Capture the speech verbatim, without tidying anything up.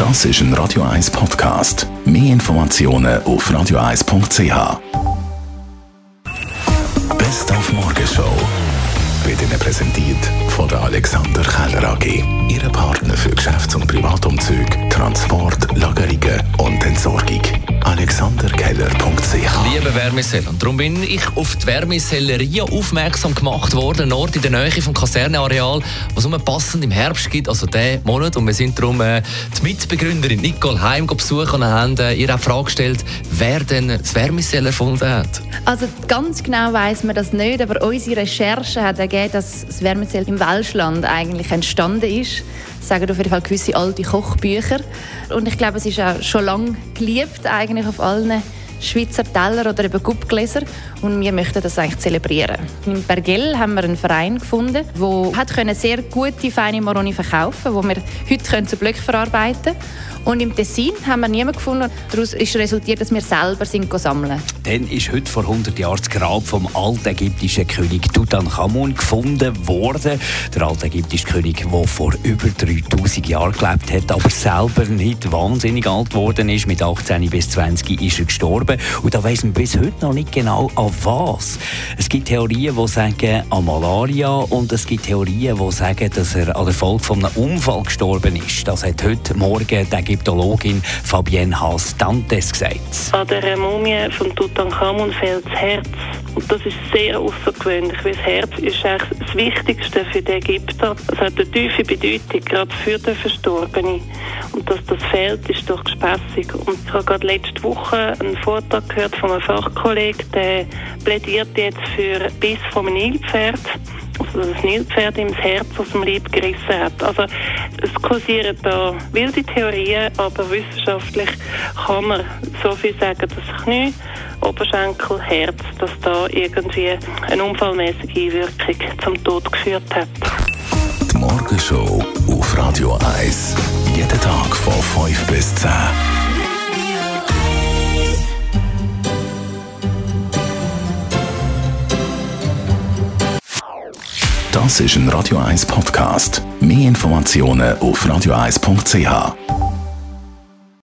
Das ist ein Radio eins Podcast. Mehr Informationen auf radio eins punkt c h. Best auf Morgenshow wird Ihnen präsentiert von der Alexander Keller A G. Ihre Partner für Geschäfts- und Privatumzüge, Transport, Lagerungen und Entsorgung. alexander keller punkt c h. Liebe Wärmeseller, und darum bin ich auf die Wärmesellerie aufmerksam gemacht worden, ein Ort in der Nähe vom Kasernenareal, was es passend im Herbst gibt, also diesen Monat. Und wir sind darum äh, die Mitbegründerin Nicole Heim besuchen und haben äh, ihr auch die Frage gestellt, wer denn das Wärmeseller erfunden hat. Also ganz genau weiss man das nicht, aber unsere Recherche hat ergeben, dass das Wärmesell im Welschland eigentlich entstanden ist. Das sagen auf jeden Fall gewisse alte Kochbücher. Und ich glaube, es ist auch schon lange geliebt, eigentlich auf allen Schweizer Teller oder eben Guppgläser. Und wir möchten das eigentlich zelebrieren. In Bergell haben wir einen Verein gefunden, der sehr gute, feine Maroni verkaufen konnte, die wir heute zu Blöcken verarbeiten können. Und im Tessin haben wir niemanden gefunden. Daraus ist resultiert, dass wir selber sind sammeln. Dann ist heute vor hundert Jahren das Grab vom altägyptischen König Tutanchamun gefunden worden. Der altägyptische König, der vor über dreitausend Jahren gelebt hat, aber selber nicht wahnsinnig alt geworden ist. Mit achtzehn bis zwanzig ist er gestorben. Und da weiss man bis heute noch nicht genau, an was. Es gibt Theorien, die sagen, an Malaria. Und es gibt Theorien, die sagen, dass er an der Folge von einem Unfall gestorben ist. Das hat heute Morgen die Ägyptologin Fabienne Haas-Dantes gesagt. An der Mumie von Tutanchamun fehlt das Herz. Und das ist sehr außergewöhnlich, weil das Herz ist eigentlich das Wichtigste für die Ägypter. Es hat eine tiefe Bedeutung, gerade für den Verstorbenen. Und dass das fehlt, ist doch gespässig. Und ich habe gerade letzte Woche einen Vortrag gehört von einem Fachkollegen, der plädiert jetzt für Biss vom Nilpferd. Also dass das Nilpferd ihm das Herz aus dem Leib gerissen hat. Also es kursieren da wilde Theorien, aber wissenschaftlich kann man so viel sagen, dass Knie, Oberschenkel, Herz, dass da irgendwie eine unfallmäßige Einwirkung zum Tod geführt hat. Die Morgenshow auf Radio eins. Jeden Tag von fünf bis zehn. Das ist ein Radio eins Podcast. Mehr Informationen auf radio eins punkt c h.